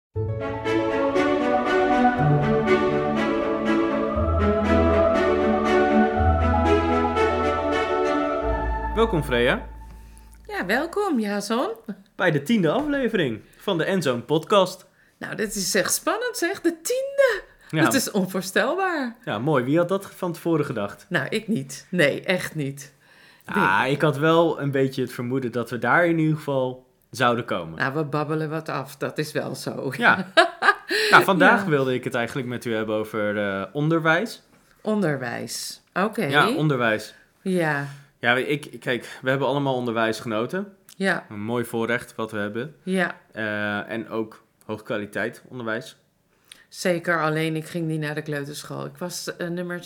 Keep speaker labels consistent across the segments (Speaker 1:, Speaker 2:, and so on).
Speaker 1: Welkom Freya.
Speaker 2: Ja, welkom Jason.
Speaker 1: Bij de 10e aflevering van de Enzoon podcast.
Speaker 2: Nou, dit is echt spannend zeg, de 10e.
Speaker 1: Ja.
Speaker 2: Dat is onvoorstelbaar.
Speaker 1: Ja, mooi. Wie had dat van tevoren gedacht?
Speaker 2: Nou, ik niet. Nee, echt niet.
Speaker 1: Ik had wel een beetje het vermoeden dat we daar in ieder geval zouden komen.
Speaker 2: Nou, we babbelen wat af, dat is wel zo.
Speaker 1: Ja. Nou, vandaag wilde ik het eigenlijk met u hebben over onderwijs.
Speaker 2: Onderwijs, oké.
Speaker 1: Ja, onderwijs.
Speaker 2: Ja.
Speaker 1: Ja, kijk, we hebben allemaal onderwijs genoten.
Speaker 2: Ja.
Speaker 1: Een mooi voorrecht wat we hebben.
Speaker 2: Ja.
Speaker 1: En ook hoogkwaliteit onderwijs.
Speaker 2: Zeker, alleen ik ging niet naar de kleuterschool. Ik was nummer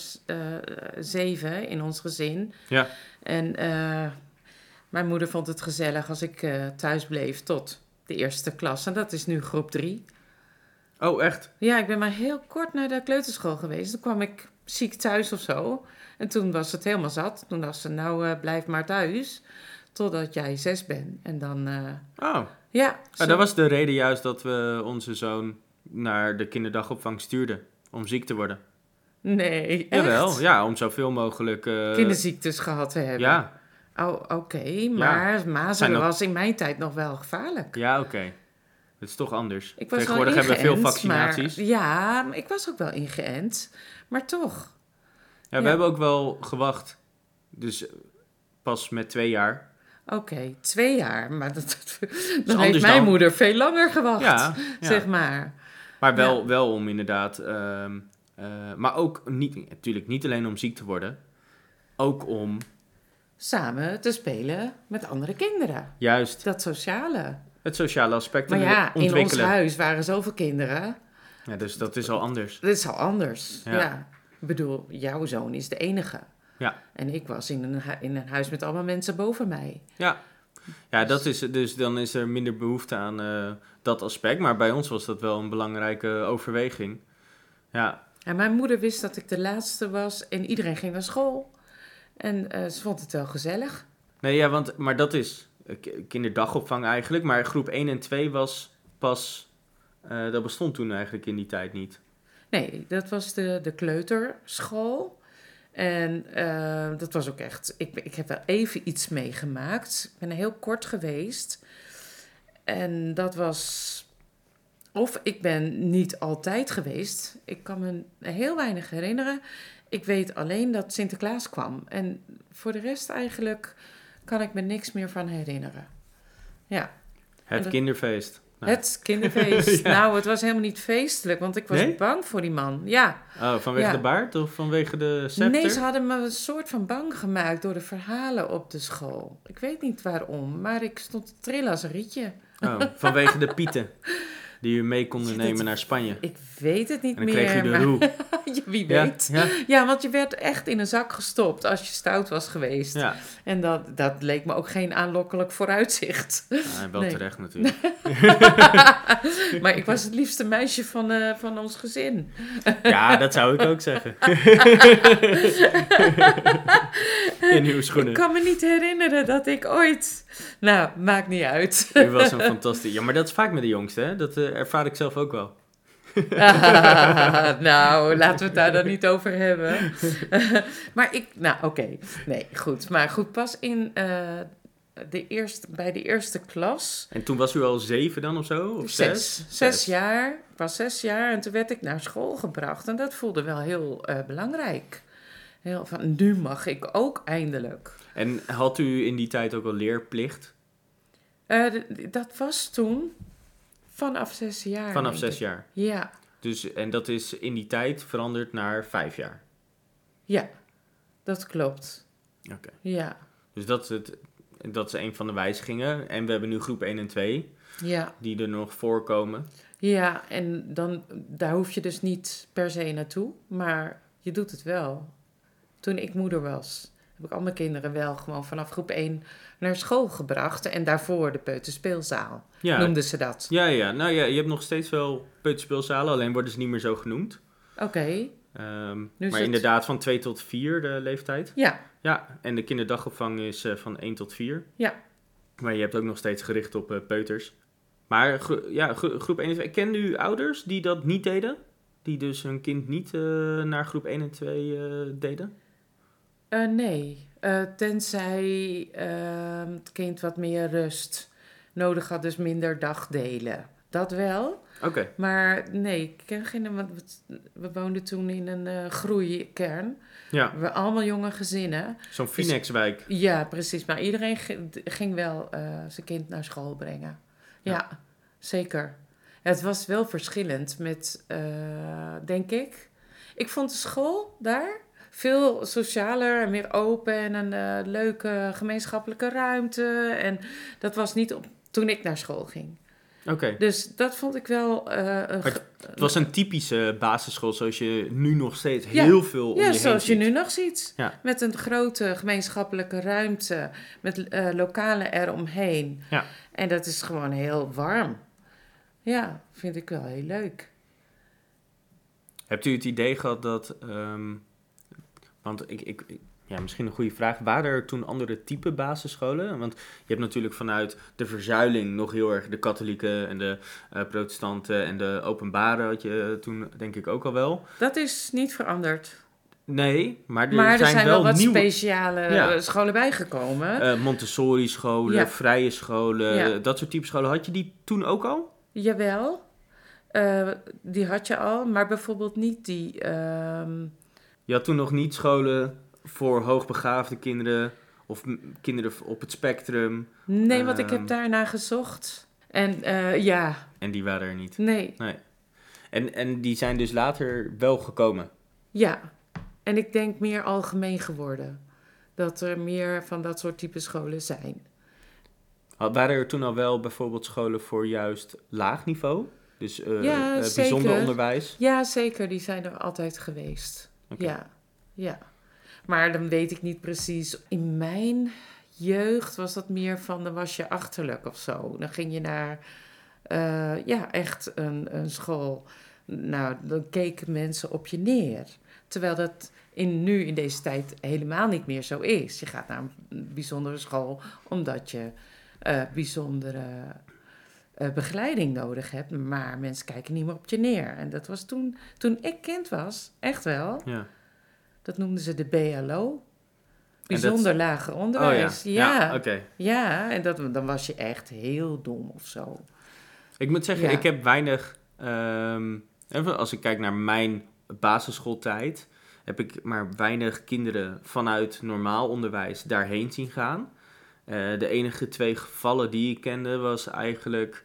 Speaker 2: 7 in ons gezin.
Speaker 1: Ja.
Speaker 2: En mijn moeder vond het gezellig als ik thuis bleef tot de eerste klas. En dat is nu groep 3.
Speaker 1: Oh, echt?
Speaker 2: Ja, ik ben maar heel kort naar de kleuterschool geweest. Toen kwam ik ziek thuis of zo. En toen was het helemaal zat. Toen dacht ze, nou blijf maar thuis. Totdat jij 6 bent. En dan, ja.
Speaker 1: Dat was de reden juist dat we onze zoon naar de kinderdagopvang stuurden. Om ziek te worden.
Speaker 2: Nee, echt?
Speaker 1: Jawel, ja, om zoveel mogelijk...
Speaker 2: kinderziektes gehad te hebben.
Speaker 1: Ja.
Speaker 2: Oh, oké. Maar mazelen was in mijn tijd nog wel gevaarlijk.
Speaker 1: Ja, oké. Het is toch anders.
Speaker 2: Ik was
Speaker 1: Tegenwoordig
Speaker 2: wel
Speaker 1: hebben we veel
Speaker 2: ingeënt,
Speaker 1: vaccinaties.
Speaker 2: Maar ik was ook wel ingeënt. Maar toch.
Speaker 1: Ja, we hebben ook wel gewacht. Dus pas met 2 jaar.
Speaker 2: Oké, 2 jaar. Maar dan
Speaker 1: anders
Speaker 2: heeft mijn
Speaker 1: dan.
Speaker 2: moeder veel langer gewacht.
Speaker 1: Ja.
Speaker 2: Zeg maar.
Speaker 1: Maar wel om inderdaad... maar ook natuurlijk niet alleen om ziek te worden. Ook om...
Speaker 2: Samen te spelen met andere kinderen.
Speaker 1: Juist.
Speaker 2: Dat sociale.
Speaker 1: Het sociale aspect
Speaker 2: Maar ja,
Speaker 1: ontwikkelen.
Speaker 2: in ons huis waren zoveel kinderen.
Speaker 1: Ja, dus dat is al anders.
Speaker 2: Dat is al anders.
Speaker 1: Ja.
Speaker 2: Ja. Ik bedoel, jouw zoon is de enige.
Speaker 1: Ja.
Speaker 2: En ik was in een huis met allemaal mensen boven mij.
Speaker 1: Ja, dat is, dus dan is er minder behoefte aan dat aspect. Maar bij ons was dat wel een belangrijke overweging. Ja.
Speaker 2: En mijn moeder wist dat ik de laatste was en iedereen ging naar school. En ze vond het wel gezellig.
Speaker 1: Nee, ja, maar dat is kinderdagopvang eigenlijk. Maar groep 1 en 2 was pas... dat bestond toen eigenlijk in die tijd niet.
Speaker 2: Nee, dat was de kleuterschool. En dat was ook echt... Ik heb wel even iets meegemaakt. Ik ben er heel kort geweest. En dat was... Of ik ben niet altijd geweest. Ik kan me heel weinig herinneren. Ik weet alleen dat Sinterklaas kwam. En voor de rest eigenlijk kan ik me niks meer van herinneren. Ja.
Speaker 1: Het kinderfeest. Nou.
Speaker 2: Het kinderfeest.
Speaker 1: Ja.
Speaker 2: Nou, het was helemaal niet feestelijk, want ik was bang voor die man. Ja.
Speaker 1: Oh, vanwege de baard of vanwege de scepter?
Speaker 2: Nee, ze hadden me een soort van bang gemaakt door de verhalen op de school. Ik weet niet waarom, maar ik stond te trillen als een rietje.
Speaker 1: Oh, vanwege de pieten die u mee konden nemen naar Spanje.
Speaker 2: Ik weet het niet
Speaker 1: en dan
Speaker 2: meer.
Speaker 1: kreeg u de roe.
Speaker 2: Wie weet. Ja, want je werd echt in een zak gestopt als je stout was geweest.
Speaker 1: Ja.
Speaker 2: En dat leek me ook geen aanlokkelijk vooruitzicht.
Speaker 1: Ja, wel terecht natuurlijk.
Speaker 2: Maar ik was het liefste meisje van ons gezin.
Speaker 1: Ja, dat zou ik ook zeggen. In uw schoenen.
Speaker 2: Ik kan me niet herinneren dat ik ooit... Nou, maakt niet uit.
Speaker 1: U was een fantastisch... Ja, maar dat is vaak met de jongste, hè? Dat ervaar ik zelf ook wel.
Speaker 2: Nou, laten we het daar dan niet over hebben. Maar oké. Nee, goed. Maar goed, pas bij de eerste klas...
Speaker 1: En toen was u al 7 dan of zo? Of 6?
Speaker 2: 6 jaar. Ik was 6 jaar en toen werd ik naar school gebracht. En dat voelde wel heel belangrijk. Heel van, nu mag ik ook eindelijk.
Speaker 1: En had u in die tijd ook al leerplicht?
Speaker 2: Dat was toen vanaf 6 jaar.
Speaker 1: Vanaf 6 jaar?
Speaker 2: Ja.
Speaker 1: Dus, en dat is in die tijd veranderd naar 5 jaar?
Speaker 2: Ja, dat klopt.
Speaker 1: Oké.
Speaker 2: Ja.
Speaker 1: Dus dat is een van de wijzigingen. En we hebben nu groep 1 en 2.
Speaker 2: Ja.
Speaker 1: Die er nog voorkomen.
Speaker 2: Ja, en daar hoef je dus niet per se naartoe. Maar je doet het wel. Toen ik moeder was, heb ik al mijn kinderen wel gewoon vanaf groep 1 naar school gebracht. En daarvoor de peuterspeelzaal, noemden ze dat.
Speaker 1: Ja. Nou ja, je hebt nog steeds wel peuterspeelzalen, alleen worden ze niet meer zo genoemd.
Speaker 2: Oké.
Speaker 1: Maar inderdaad van 2 tot 4 de leeftijd.
Speaker 2: Ja.
Speaker 1: Ja, en de kinderdagopvang is van 1 tot 4.
Speaker 2: Ja.
Speaker 1: Maar je hebt ook nog steeds gericht op peuters. Maar groep 1 en 2, kende u ouders die dat niet deden? Die dus hun kind niet naar groep 1 en 2 deden?
Speaker 2: Nee, tenzij het kind wat meer rust nodig had, dus minder dagdelen. Dat wel.
Speaker 1: Oké,
Speaker 2: Maar nee, ik ken geen... Want we woonden toen in een groeikern.
Speaker 1: ja.
Speaker 2: We allemaal jonge gezinnen.
Speaker 1: Zo'n Phoenixwijk.
Speaker 2: Ja, precies. Maar iedereen ging wel zijn kind naar school brengen. Ja, zeker. Het was wel verschillend met, denk ik. Ik vond de school daar veel socialer en meer open en een leuke gemeenschappelijke ruimte. En dat was niet toen ik naar school ging.
Speaker 1: Oké.
Speaker 2: Dus dat vond ik wel...
Speaker 1: Het was een typische basisschool zoals je nu nog steeds
Speaker 2: Ja.
Speaker 1: heel veel om je
Speaker 2: Ja,
Speaker 1: heen
Speaker 2: zoals je
Speaker 1: ziet.
Speaker 2: nu nog ziet.
Speaker 1: Ja.
Speaker 2: Met een grote gemeenschappelijke ruimte. Met lokalen eromheen.
Speaker 1: Ja.
Speaker 2: En dat is gewoon heel warm. Ja, vind ik wel heel leuk.
Speaker 1: Hebt u het idee gehad dat... want ja, misschien een goede vraag. Waren er toen andere type basisscholen? Want je hebt natuurlijk vanuit de verzuiling nog heel erg de katholieke en de protestanten en de openbare had je toen denk ik ook al wel.
Speaker 2: Dat is niet veranderd.
Speaker 1: Nee, maar
Speaker 2: Maar er zijn wel wat
Speaker 1: nieuwe
Speaker 2: speciale scholen bijgekomen.
Speaker 1: Montessori scholen,
Speaker 2: Ja.
Speaker 1: vrije scholen,
Speaker 2: Ja.
Speaker 1: dat soort type scholen. Had je die toen ook al?
Speaker 2: Jawel, die had je al. Maar bijvoorbeeld niet die...
Speaker 1: Je had toen nog niet scholen voor hoogbegaafde kinderen of kinderen op het spectrum.
Speaker 2: Nee, want ik heb
Speaker 1: Ehm.
Speaker 2: daarna gezocht. En ja,
Speaker 1: En die waren er niet.
Speaker 2: nee.
Speaker 1: Nee. En die zijn dus later wel gekomen.
Speaker 2: Ja, en ik denk meer algemeen geworden. Dat er meer van dat soort type scholen zijn.
Speaker 1: Waren er toen al wel bijvoorbeeld scholen voor juist laag niveau? Dus
Speaker 2: Ja,
Speaker 1: bijzonder
Speaker 2: zeker.
Speaker 1: onderwijs?
Speaker 2: Ja, zeker. Die zijn er altijd geweest.
Speaker 1: Oké.
Speaker 2: Ja, ja. Maar dan weet ik niet precies. In mijn jeugd was dat meer van, dan was je achterlijk of zo. Dan ging je naar, echt een school. Nou, dan keken mensen op je neer. Terwijl dat nu in deze tijd helemaal niet meer zo is. Je gaat naar een bijzondere school omdat je bijzondere begeleiding nodig hebt. Maar mensen kijken niet meer op je neer. En dat was toen ik kind was, echt wel.
Speaker 1: Ja.
Speaker 2: Dat noemden ze de BLO. Bijzonder lager
Speaker 1: Oh
Speaker 2: onderwijs.
Speaker 1: ja.
Speaker 2: Ja,
Speaker 1: Oké.
Speaker 2: ja, en dan was je echt heel dom of zo.
Speaker 1: Ik moet zeggen,
Speaker 2: Ja.
Speaker 1: ik heb weinig... even als ik kijk naar mijn basisschooltijd... heb ik maar weinig kinderen vanuit normaal onderwijs daarheen zien gaan. De enige 2 gevallen die ik kende was eigenlijk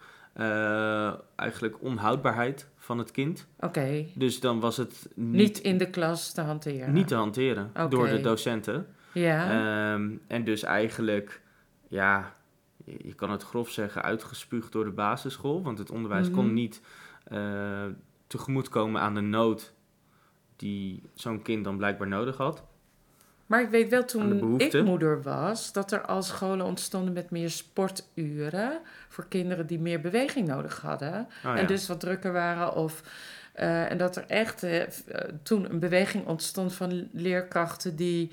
Speaker 1: onhoudbaarheid van het kind.
Speaker 2: Oké,
Speaker 1: Dus dan was het
Speaker 2: niet in de klas te hanteren.
Speaker 1: niet te hanteren
Speaker 2: Oké.
Speaker 1: door de docenten.
Speaker 2: Ja,
Speaker 1: En dus eigenlijk, ja, je kan het grof zeggen, uitgespuugd door de basisschool. Want het onderwijs kon niet tegemoetkomen aan de nood die zo'n kind dan blijkbaar nodig had.
Speaker 2: maar ik weet wel
Speaker 1: Aan de
Speaker 2: toen
Speaker 1: behoefte.
Speaker 2: ik moeder was, dat er al scholen ontstonden met meer sporturen voor kinderen die meer beweging nodig hadden.
Speaker 1: Oh, ja.
Speaker 2: En dus wat drukker waren en dat er echt toen een beweging ontstond van leerkrachten die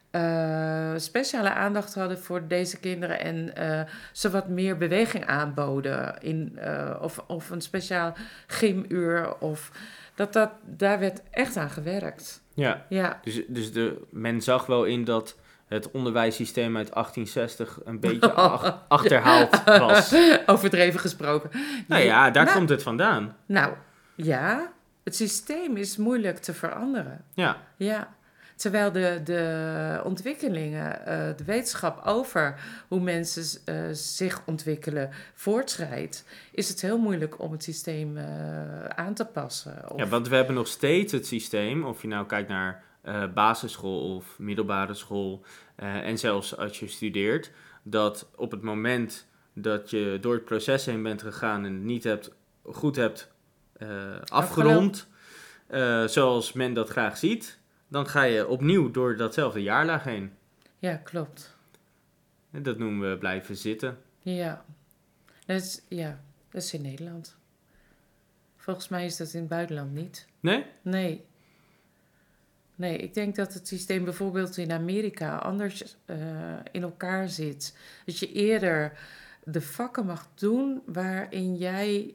Speaker 2: speciale aandacht hadden voor deze kinderen en ze wat meer beweging aanboden of een speciaal gymuur of daar werd echt aan gewerkt.
Speaker 1: Ja,
Speaker 2: Ja.
Speaker 1: dus men zag wel in dat het onderwijssysteem uit 1860 een beetje achterhaald was.
Speaker 2: Overdreven gesproken.
Speaker 1: Nou ja, daar
Speaker 2: Nou,
Speaker 1: komt het vandaan.
Speaker 2: Nou, ja, het systeem is moeilijk te veranderen.
Speaker 1: Ja,
Speaker 2: Ja, terwijl de ontwikkelingen, de wetenschap over hoe mensen zich ontwikkelen voortschrijdt, is het heel moeilijk om het systeem aan te passen.
Speaker 1: ja, want we hebben nog steeds het systeem, of je nou kijkt naar basisschool of middelbare school en zelfs als je studeert, dat op het moment dat je door het proces heen bent gegaan en het niet goed hebt afgerond, zoals men dat graag ziet, dan ga je opnieuw door datzelfde jaarlaag heen.
Speaker 2: Ja, klopt.
Speaker 1: En dat noemen we blijven zitten.
Speaker 2: Ja. Dat is in Nederland. Volgens mij is dat in het buitenland niet.
Speaker 1: Nee?
Speaker 2: Nee. Nee, ik denk dat het systeem bijvoorbeeld in Amerika anders in elkaar zit. Dat je eerder de vakken mag doen waarin jij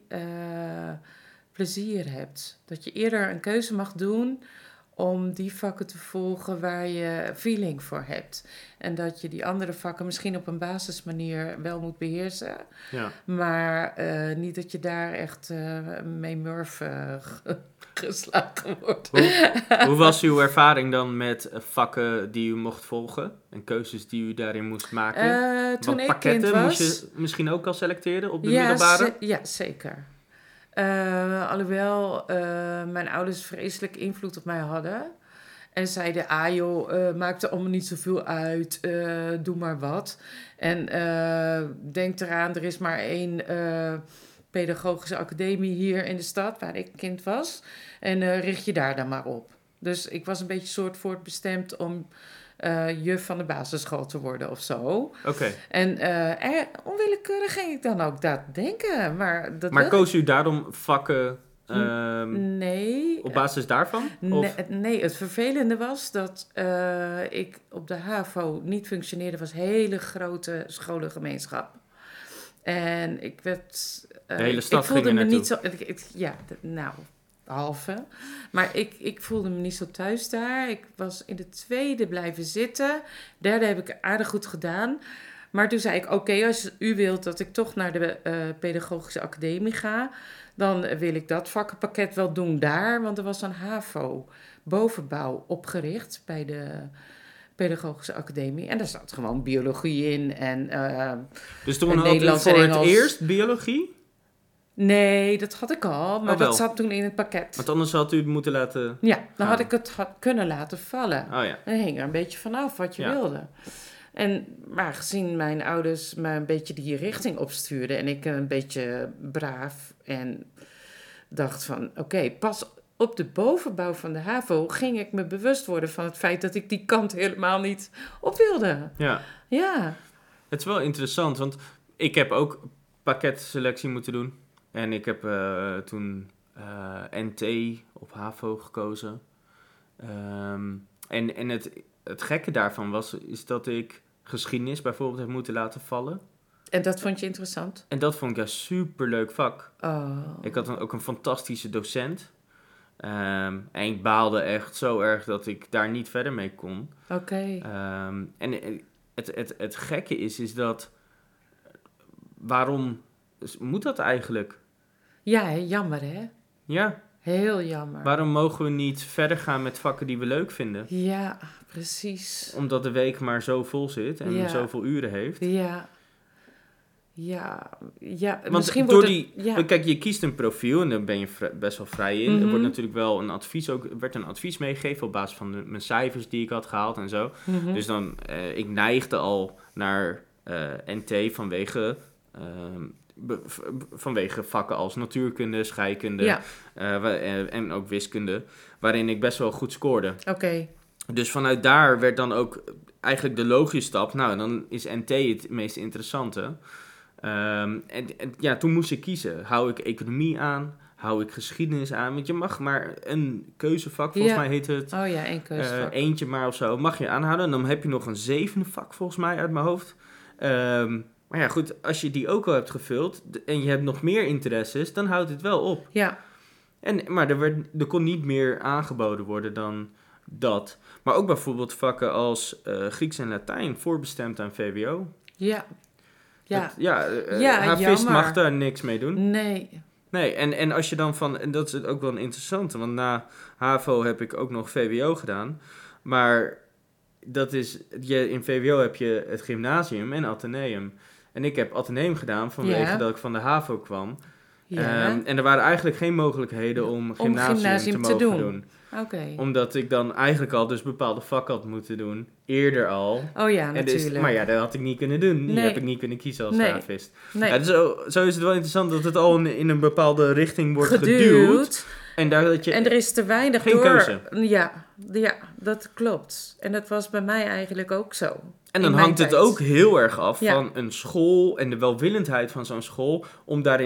Speaker 2: plezier hebt. Dat je eerder een keuze mag doen om die vakken te volgen waar je feeling voor hebt. En dat je die andere vakken misschien op een basismanier wel moet beheersen.
Speaker 1: Ja.
Speaker 2: Maar niet dat je daar echt mee murf geslagen wordt.
Speaker 1: Hoe was uw ervaring dan met vakken die u mocht volgen? En keuzes die u daarin moest maken?
Speaker 2: Toen
Speaker 1: Want
Speaker 2: ik
Speaker 1: pakketten
Speaker 2: kind was...
Speaker 1: moest je misschien ook al selecteren op de middelbare?
Speaker 2: Ja, zeker. Alhoewel mijn ouders vreselijk invloed op mij hadden. En zeiden, joh, maakt er allemaal niet zoveel uit. Doe maar wat. En denk eraan, er is maar 1 pedagogische academie hier in de stad, waar ik kind was. En richt je daar dan maar op. Dus ik was een beetje soort voortbestemd om juf van de basisschool te worden of zo.
Speaker 1: Oké.
Speaker 2: En onwillekeurig ging ik dan ook dat denken. Maar
Speaker 1: koos u daarom vakken
Speaker 2: nee.
Speaker 1: op basis daarvan?
Speaker 2: Nee, het vervelende was dat ik op de HAVO niet functioneerde. Het was een hele grote scholengemeenschap. En ik werd...
Speaker 1: de hele stad
Speaker 2: ik voelde
Speaker 1: ging er
Speaker 2: me
Speaker 1: naartoe.
Speaker 2: niet zo... halve. Maar ik voelde me niet zo thuis daar. Ik was in de tweede blijven zitten. Derde heb ik aardig goed gedaan. Maar toen zei ik, oké, als u wilt dat ik toch naar de pedagogische academie ga, dan wil ik dat vakkenpakket wel doen daar. Want er was een HAVO bovenbouw opgericht bij de pedagogische academie. En daar zat gewoon biologie in en
Speaker 1: dus toen had u
Speaker 2: Nederlands
Speaker 1: voor
Speaker 2: en
Speaker 1: het
Speaker 2: Engels.
Speaker 1: eerst biologie?
Speaker 2: Nee, dat had ik al, maar
Speaker 1: wel.
Speaker 2: dat zat toen in het pakket.
Speaker 1: Want anders had u het moeten laten...
Speaker 2: Ja, dan
Speaker 1: gaan.
Speaker 2: had ik het kunnen laten vallen.
Speaker 1: Oh ja.
Speaker 2: Dan hing er een beetje vanaf wat je wilde. Maar gezien mijn ouders me een beetje die richting opstuurden en ik een beetje braaf en dacht van oké, pas op de bovenbouw van de HAVO ging ik me bewust worden van het feit dat ik die kant helemaal niet op wilde.
Speaker 1: Ja.
Speaker 2: Ja.
Speaker 1: Het is wel interessant, want ik heb ook pakketselectie moeten doen. En ik heb toen NT op HAVO gekozen. En het gekke daarvan is dat ik geschiedenis bijvoorbeeld heb moeten laten vallen.
Speaker 2: En dat vond je interessant?
Speaker 1: En dat vond ik een superleuk vak.
Speaker 2: Oh.
Speaker 1: Ik had dan ook een fantastische docent. En ik baalde echt zo erg dat ik daar niet verder mee kon.
Speaker 2: Oké.
Speaker 1: En het gekke is dat... Waarom moet dat eigenlijk?
Speaker 2: Ja, hè, jammer hè?
Speaker 1: Ja.
Speaker 2: Heel jammer.
Speaker 1: Waarom mogen we niet verder gaan met vakken die we leuk vinden?
Speaker 2: Ja, precies.
Speaker 1: Omdat de week maar zo vol zit en zoveel uren heeft.
Speaker 2: Ja. Ja.
Speaker 1: Want
Speaker 2: misschien
Speaker 1: door
Speaker 2: wordt
Speaker 1: die...
Speaker 2: Ja.
Speaker 1: Kijk, je kiest een profiel en daar ben je best wel vrij in.
Speaker 2: Mhm.
Speaker 1: Er wordt natuurlijk wel een advies werd een advies meegegeven op basis van mijn cijfers die ik had gehaald en zo.
Speaker 2: Mhm.
Speaker 1: Dus dan, ik neigde al naar NT vanwege vakken als natuurkunde, scheikunde
Speaker 2: Ja.
Speaker 1: en ook wiskunde, waarin ik best wel goed scoorde.
Speaker 2: Oké.
Speaker 1: Dus vanuit daar werd dan ook eigenlijk de logische stap, nou dan is NT het meest interessante. Toen moest ik kiezen. Hou ik economie aan? Hou ik geschiedenis aan? Want je mag maar een keuzevak, volgens mij heet het.
Speaker 2: Oh ja, één keuzevak.
Speaker 1: Eentje maar of zo, mag je aanhouden. En dan heb je nog een 7e vak, volgens mij, uit mijn hoofd. Maar ja, goed, als je die ook al hebt gevuld en je hebt nog meer interesses, dan houdt het wel op.
Speaker 2: Ja.
Speaker 1: Maar er kon niet meer aangeboden worden dan dat. Maar ook bijvoorbeeld vakken als Grieks en Latijn, voorbestemd aan VWO.
Speaker 2: Ja. Ja.
Speaker 1: Havist
Speaker 2: jammer.
Speaker 1: mag daar niks mee doen.
Speaker 2: Nee.
Speaker 1: Nee, en als je dan en dat is ook wel een interessante, want na HAVO heb ik ook nog VWO gedaan. Maar dat is, in VWO heb je het gymnasium en Atheneum. En ik heb Atheneum gedaan vanwege dat ik van de HAVO kwam.
Speaker 2: Ja.
Speaker 1: En er waren eigenlijk geen mogelijkheden om gymnasium te mogen doen.
Speaker 2: Oké.
Speaker 1: Omdat ik dan eigenlijk al dus bepaalde vakken had moeten doen. Eerder al.
Speaker 2: Oh ja, natuurlijk.
Speaker 1: Maar ja, dat had ik niet kunnen doen. Die
Speaker 2: Nee.
Speaker 1: heb ik niet kunnen kiezen als havist.
Speaker 2: Nee.
Speaker 1: Ja, dus zo is het wel interessant dat het al in een bepaalde richting wordt geduwd. En er
Speaker 2: is te weinig
Speaker 1: geen keuze.
Speaker 2: Ja, dat klopt. En dat was bij mij eigenlijk ook zo.
Speaker 1: En dan hangt het ook heel erg af van een school en de welwillendheid van zo'n school om daarin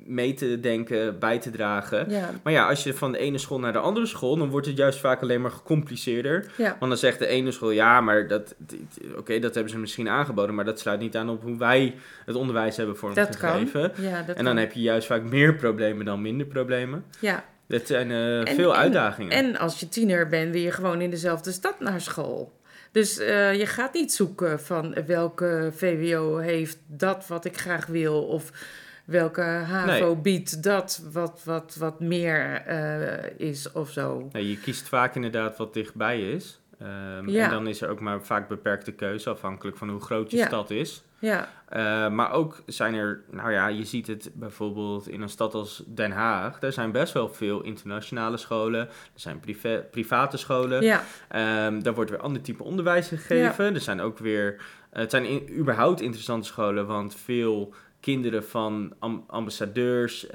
Speaker 1: mee te denken, bij te dragen.
Speaker 2: Ja.
Speaker 1: Maar ja, als je van de ene school naar de andere school, dan wordt het juist vaak alleen maar gecompliceerder.
Speaker 2: Ja.
Speaker 1: Want dan zegt de ene school, ja, maar dat hebben ze misschien aangeboden, maar dat sluit niet aan op hoe wij het onderwijs hebben vormgegeven.
Speaker 2: Dat kan. Ja, dat
Speaker 1: en dan
Speaker 2: kan.
Speaker 1: heb je juist vaak meer problemen dan minder problemen.
Speaker 2: Ja.
Speaker 1: Dat zijn veel uitdagingen.
Speaker 2: En als je tiener bent, wil je gewoon in dezelfde stad naar school. Dus je gaat niet zoeken van welke VWO heeft dat wat ik graag wil. Of welke HAVO biedt dat wat meer is of zo.
Speaker 1: Nee, je kiest vaak inderdaad wat dichtbij is. En dan is er ook maar vaak beperkte keuze afhankelijk van hoe groot je stad is.
Speaker 2: Ja.
Speaker 1: Maar ook zijn er, je ziet het bijvoorbeeld in een stad als Den Haag. Daar zijn best wel veel internationale scholen. Er zijn private scholen.
Speaker 2: Ja.
Speaker 1: Daar wordt weer ander type onderwijs gegeven.
Speaker 2: Ja.
Speaker 1: Er zijn ook weer, het zijn überhaupt interessante scholen, want veel kinderen van ambassadeurs,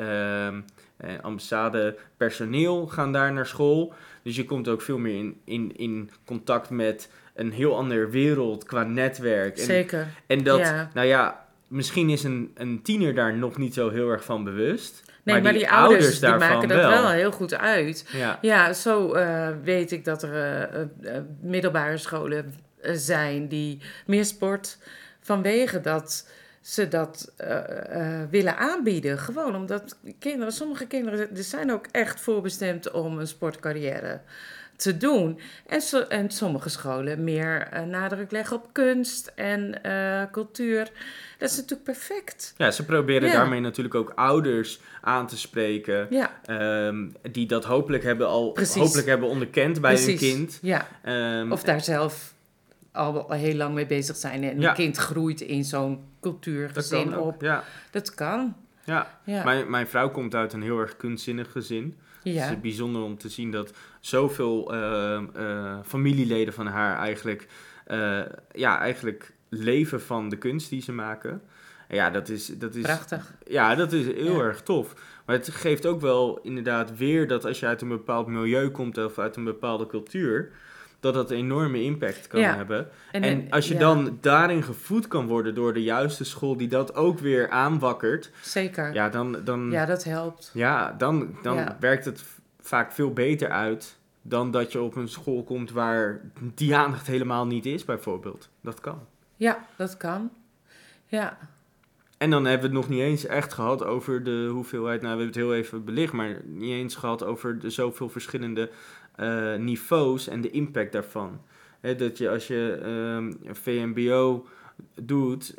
Speaker 1: ambassadepersoneel gaan daar naar school. Dus je komt ook veel meer in contact met een heel andere wereld qua netwerk.
Speaker 2: Zeker.
Speaker 1: En dat, misschien is een tiener daar nog niet zo heel erg van bewust.
Speaker 2: Nee, maar die ouders die maken dat wel heel goed uit. Ja, zo weet ik dat er middelbare scholen zijn die meer sport vanwege dat ze dat willen aanbieden. Gewoon omdat sommige kinderen zijn ook echt voorbestemd om een sportcarrière te doen. En sommige scholen meer nadruk leggen op kunst en cultuur. Dat is natuurlijk perfect.
Speaker 1: Ja, ze proberen daarmee natuurlijk ook ouders aan te spreken. Ja. Die dat hopelijk hebben onderkend bij hun kind.
Speaker 2: Ja. Of daar zelf al heel lang mee bezig zijn. En een kind groeit in zo'n cultuurgezin op. Ja. Dat kan.
Speaker 1: Ja. Mijn vrouw komt uit een heel erg kunstzinnig gezin. Ja. Het is bijzonder om te zien dat zoveel familieleden van haar eigenlijk leven van de kunst die ze maken. Ja, dat is
Speaker 2: prachtig.
Speaker 1: Ja, dat is heel erg tof. Maar het geeft ook wel inderdaad weer dat als je uit een bepaald milieu komt of uit een bepaalde cultuur, dat een enorme impact kan hebben. En als je dan daarin gevoed kan worden door de juiste school die dat ook weer aanwakkert.
Speaker 2: Zeker.
Speaker 1: Ja, dan
Speaker 2: ja, dat helpt.
Speaker 1: Ja, dan werkt het vaak veel beter uit dan dat je op een school komt waar die aandacht helemaal niet is, bijvoorbeeld. Dat kan.
Speaker 2: Ja, dat kan. Ja.
Speaker 1: En dan hebben we het nog niet eens echt gehad over de hoeveelheid, we hebben het heel even belicht, maar niet eens gehad over de zoveel verschillende niveaus en de impact daarvan. Dat je als je VMBO doet,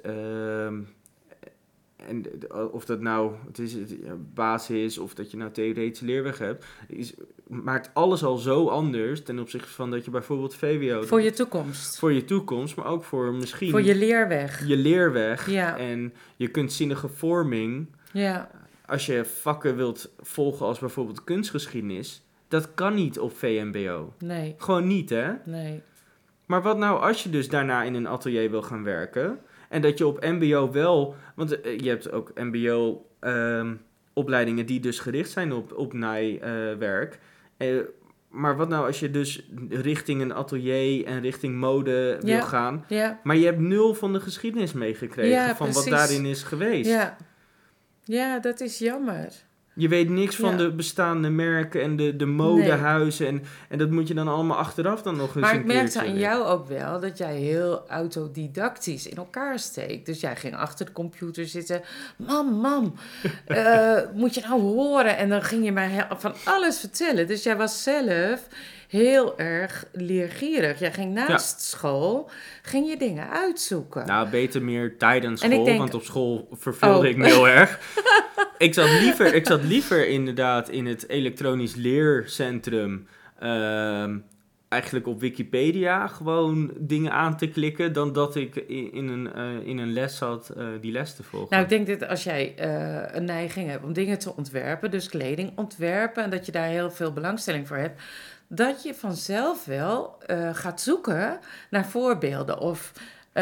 Speaker 1: en of dat nou basis of dat je nou theoretische leerweg hebt, maakt alles al zo anders ten opzichte van dat je bijvoorbeeld VWO doet.
Speaker 2: Voor je toekomst.
Speaker 1: Voor je toekomst, maar ook voor misschien
Speaker 2: voor je leerweg.
Speaker 1: Je leerweg en je kunstzinnige vorming.
Speaker 2: Ja.
Speaker 1: Als je vakken wilt volgen als bijvoorbeeld kunstgeschiedenis, dat kan niet op VMBO.
Speaker 2: Nee. Gewoon
Speaker 1: niet, hè?
Speaker 2: Nee.
Speaker 1: Maar wat nou als je dus daarna in een atelier wil gaan werken en dat je op MBO wel, want je hebt ook MBO opleidingen die dus gericht zijn op naaiwerk. Maar wat nou als je dus richting een atelier en richting mode wil gaan, maar je hebt 0 van de geschiedenis meegekregen van wat daarin is geweest.
Speaker 2: Ja, dat is jammer.
Speaker 1: Je weet niks van de bestaande merken en de modehuizen. En dat moet je dan allemaal achteraf dan nog eens
Speaker 2: maar ik merkte aan jou ook wel dat jij heel autodidactisch in elkaar steekt. Dus jij ging achter de computer zitten. Mam, moet je nou horen? En dan ging je mij van alles vertellen. Dus jij was zelf heel erg leergierig. Jij ging naast school, ging je dingen uitzoeken.
Speaker 1: Nou, beter meer tijdens school, want op school verveelde ik me heel erg. Ik zat liever inderdaad in het elektronisch leercentrum, eigenlijk op Wikipedia gewoon dingen aan te klikken, dan dat ik in een les zat die les te volgen.
Speaker 2: Nou, ik denk dat als jij een neiging hebt om dingen te ontwerpen, dus kleding ontwerpen, en dat je daar heel veel belangstelling voor hebt, dat je vanzelf wel gaat zoeken naar voorbeelden of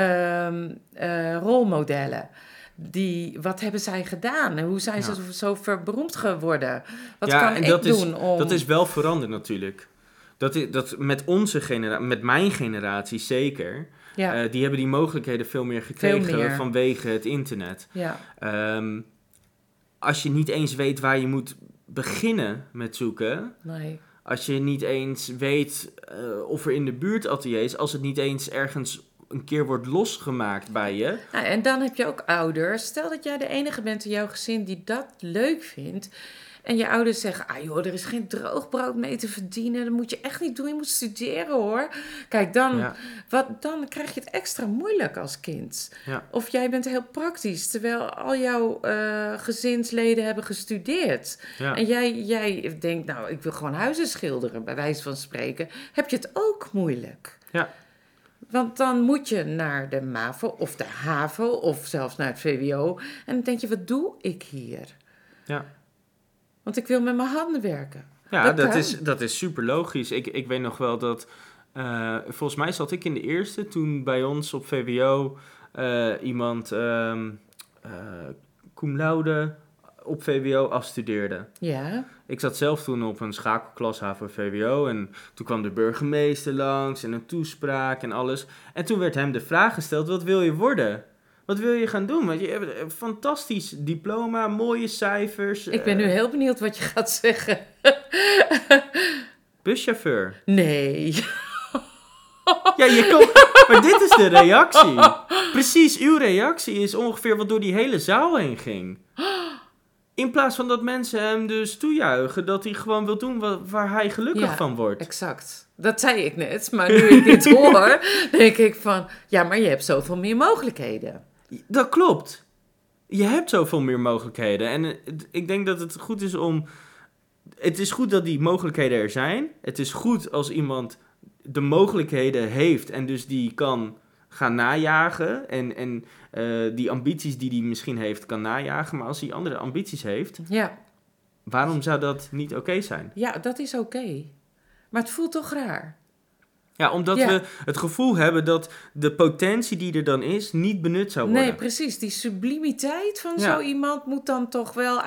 Speaker 2: rolmodellen. Wat hebben zij gedaan? En hoe zijn ze zo beroemd geworden? Wat kan ik doen om...
Speaker 1: Dat is wel veranderd natuurlijk. Dat met onze generatie, met mijn generatie zeker, die hebben die mogelijkheden veel meer gekregen vanwege het internet.
Speaker 2: Ja.
Speaker 1: als je niet eens weet waar je moet beginnen met zoeken...
Speaker 2: Nee.
Speaker 1: Als je niet eens weet of er in de buurt ateliers... Als het niet eens ergens een keer wordt losgemaakt bij je...
Speaker 2: Nou, en dan heb je ook ouders. Stel dat jij de enige bent in jouw gezin die dat leuk vindt. En je ouders zeggen, ah joh, er is geen droogbrood mee te verdienen. Dat moet je echt niet doen, je moet studeren hoor. Kijk, dan krijg je het extra moeilijk als kind.
Speaker 1: Ja.
Speaker 2: Of jij bent heel praktisch, terwijl al jouw gezinsleden hebben gestudeerd.
Speaker 1: Ja.
Speaker 2: En jij denkt, nou, ik wil gewoon huizen schilderen, bij wijze van spreken. Heb je het ook moeilijk.
Speaker 1: Ja.
Speaker 2: Want dan moet je naar de MAVO of de HAVO of zelfs naar het VWO. En dan denk je, wat doe ik hier?
Speaker 1: Ja.
Speaker 2: Want ik wil met mijn handen werken.
Speaker 1: Ja, dat is super logisch. Ik weet nog wel dat... volgens mij zat ik in de eerste toen bij ons op VWO iemand cum laude op VWO afstudeerde.
Speaker 2: Ja.
Speaker 1: Ik zat zelf toen op een schakelklas HAVO-VWO en toen kwam de burgemeester langs en een toespraak en alles. En toen werd hem de vraag gesteld, wat wil je worden? Wat wil je gaan doen? Want je hebt een fantastisch diploma, mooie cijfers.
Speaker 2: Ik ben nu heel benieuwd wat je gaat zeggen.
Speaker 1: Buschauffeur.
Speaker 2: Nee.
Speaker 1: Ja, maar dit is de reactie. Precies, uw reactie is ongeveer wat door die hele zaal heen ging. In plaats van dat mensen hem dus toejuichen dat hij gewoon wil doen waar hij gelukkig van wordt.
Speaker 2: Exact. Dat zei ik net, maar nu ik dit hoor, denk ik van, ja, maar je hebt zoveel meer mogelijkheden.
Speaker 1: Dat klopt. Je hebt zoveel meer mogelijkheden. En ik denk dat het goed is om... Het is goed dat die mogelijkheden er zijn. Het is goed als iemand de mogelijkheden heeft en dus die kan gaan najagen. En die ambities die hij misschien heeft kan najagen. Maar als hij andere ambities heeft, waarom zou dat niet oké zijn?
Speaker 2: Ja, dat is oké. Maar het voelt toch raar.
Speaker 1: Ja, omdat we het gevoel hebben dat de potentie die er dan is niet benut zou worden.
Speaker 2: Nee, precies. Die sublimiteit van zo iemand moet dan toch wel